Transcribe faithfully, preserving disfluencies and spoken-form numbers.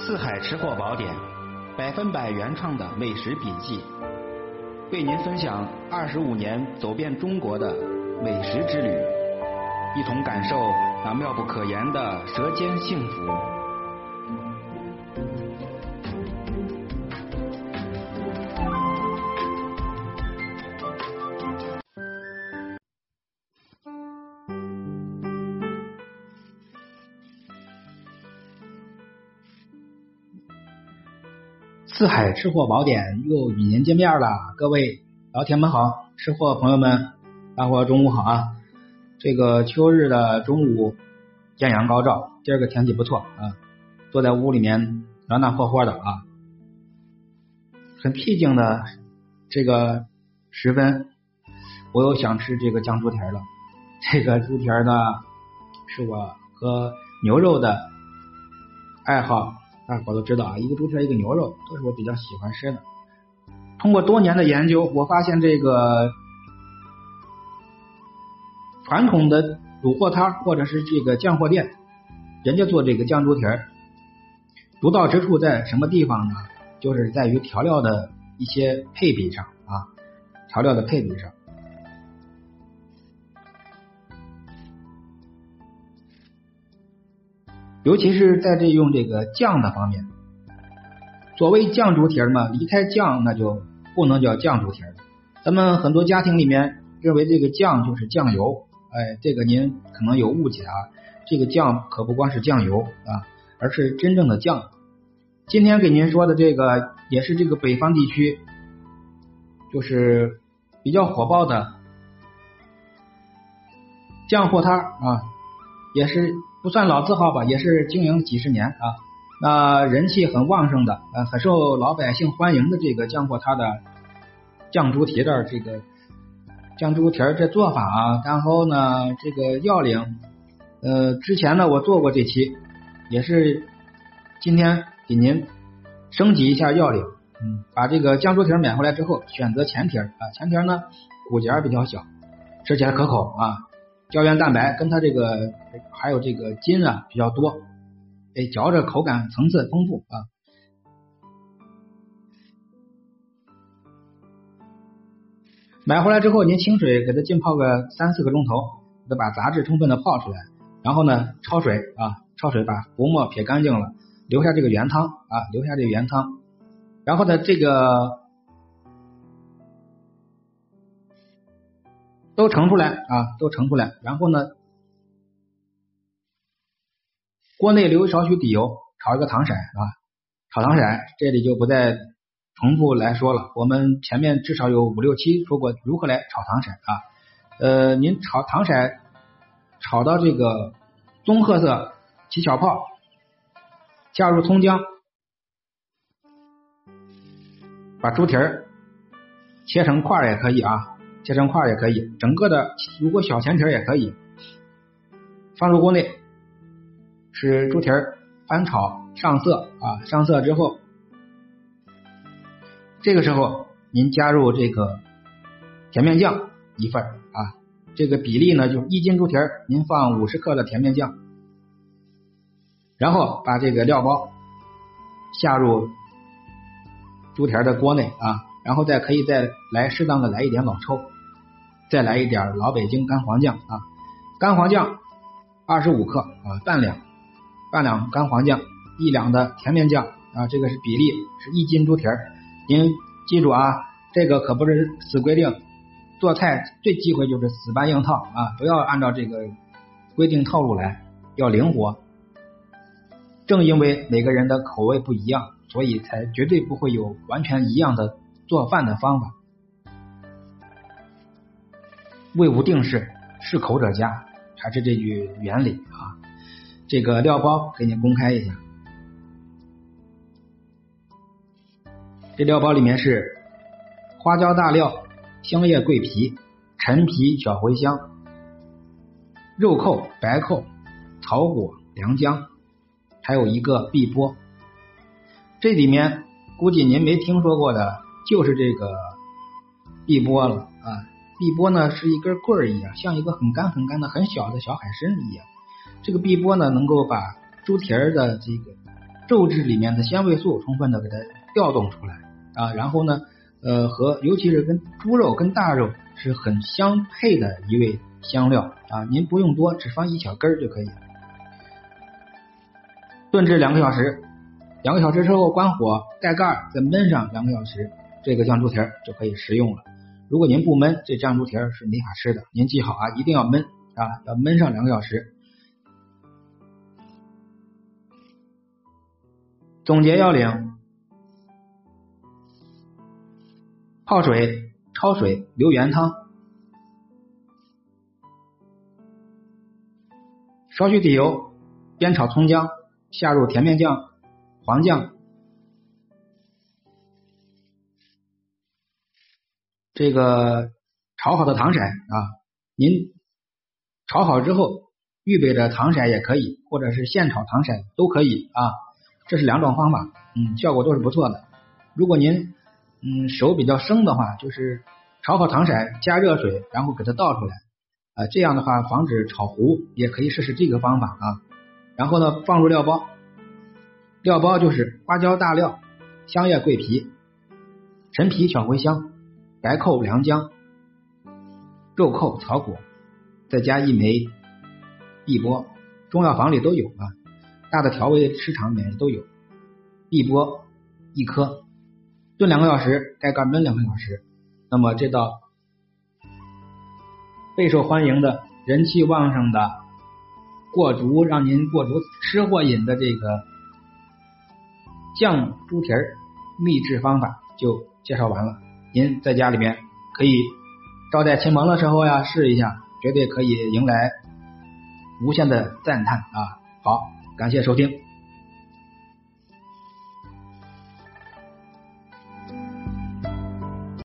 四海吃货宝典，百分百原创的美食笔记，为您分享二十五年走遍中国的美食之旅，一同感受那妙不可言的舌尖幸福。四海吃货宝典又与您见面了，各位老铁们好，吃货朋友们，大伙中午好啊！这个秋日的中午，艳阳高照，今儿个天气不错啊，坐在屋里面暖暖和和的啊，很僻静的这个时分，我又想吃这个酱猪蹄了。这个猪蹄呢，是我和牛肉的爱好。大伙都知道啊，一个猪蹄一个牛肉都是我比较喜欢吃的。通过多年的研究，我发现这个传统的卤货摊或者是这个酱货店，人家做这个酱猪蹄独到之处在什么地方呢？就是在于调料的一些配比上啊，调料的配比上。尤其是在这用这个酱的方面，所谓酱猪蹄嘛，离开酱那就不能叫酱猪蹄了。咱们很多家庭里面认为这个酱就是酱油，哎，这个您可能有误解啊，这个酱可不光是酱油啊，而是真正的酱。今天给您说的这个也是这个北方地区就是比较火爆的酱货摊啊，也是不算老字号吧，也是经营几十年啊，那人气很旺盛的，呃，很受老百姓欢迎的这个酱货摊的酱猪蹄的这个酱猪蹄这做法啊，然后呢，这个要领，呃，之前呢我做过这期，也是今天给您升级一下要领，嗯，把这个酱猪蹄买回来之后，选择前蹄啊，前蹄呢骨节比较小，吃起来可口啊。胶原蛋白跟它这个还有这个筋啊比较多，哎，嚼着口感层次丰富啊。买回来之后，您清水给它浸泡个三四个钟头，给它把杂质充分的泡出来，然后呢焯水啊，焯水把浮沫撇干净了，留下这个原汤啊，留下这个原汤，然后呢这个都盛出来啊，都盛出来，然后呢，锅内留少许底油，炒一个糖色啊，炒糖色，这里就不再重复来说了。我们前面至少有五六期说过如何来炒糖色啊。呃，您炒糖色炒到这个棕褐色起小泡，加入葱姜，把猪蹄儿切成块也可以啊。切成块也可以，整个的如果小前蹄也可以，放入锅内，使猪蹄翻炒上色啊，上色之后，这个时候您加入这个甜面酱一份啊，这个比例呢就是一斤猪蹄您放五十克的甜面酱，然后把这个料包下入猪蹄的锅内啊，然后再可以再来适当的来一点老抽。再来一点老北京干黄酱啊，干黄酱二十五克啊，半两半两干黄酱，一两的甜面酱啊，这个是比例是一斤猪蹄儿。您记住啊，这个可不是死规定，做菜最忌讳就是死搬硬套啊，不要按照这个规定套路来，要灵活。正因为每个人的口味不一样，所以才绝对不会有完全一样的做饭的方法。味无定式，适口者佳，还是这句原理啊。这个料包给你公开一下，这料包里面是花椒大料、香叶桂皮、陈皮小茴香、肉蔻、白蔻、草果、良姜，还有一个碧波。这里面估计您没听说过的就是这个碧波了啊。碧波呢是一根棍儿一样，像一个很干很干的很小的小海参一样。这个碧波呢能够把猪蹄儿的这个肉质里面的纤维素充分的给它调动出来啊，然后呢，呃，和尤其是跟猪肉跟大肉是很相配的一味香料啊，您不用多，只放一小根儿就可以。炖制两个小时，两个小时之后关火盖盖，再焖上两个小时，这个酱猪蹄儿就可以食用了。如果您不焖，这酱猪蹄儿是没法吃的。您记好啊，一定要焖啊，要焖上两个小时。总结要领：泡水、焯水、留原汤。少许底油，煸炒葱姜，下入甜面酱、黄酱。这个炒好的糖色啊，您炒好之后预备着糖色也可以，或者是现炒糖色都可以啊，这是两种方法，嗯，效果都是不错的。如果您嗯手比较生的话，就是炒好糖色加热水，然后给它倒出来啊，这样的话防止炒糊，也可以试试这个方法啊。然后呢，放入料包，料包就是花椒大料、香叶桂皮、陈皮小茴香、白蔻良姜、肉蔻草果，再加一枚碧波，中药房里都有啊，大的调味市场里面都有。碧波一颗，炖两个小时，盖盖焖两个小时。那么这道备受欢迎的、人气旺盛的、过足让您过足吃货瘾的这个酱猪蹄儿秘制方法就介绍完了。您在家里面可以招待亲朋的时候呀，试一下，绝对可以迎来无限的赞叹啊！好，感谢收听。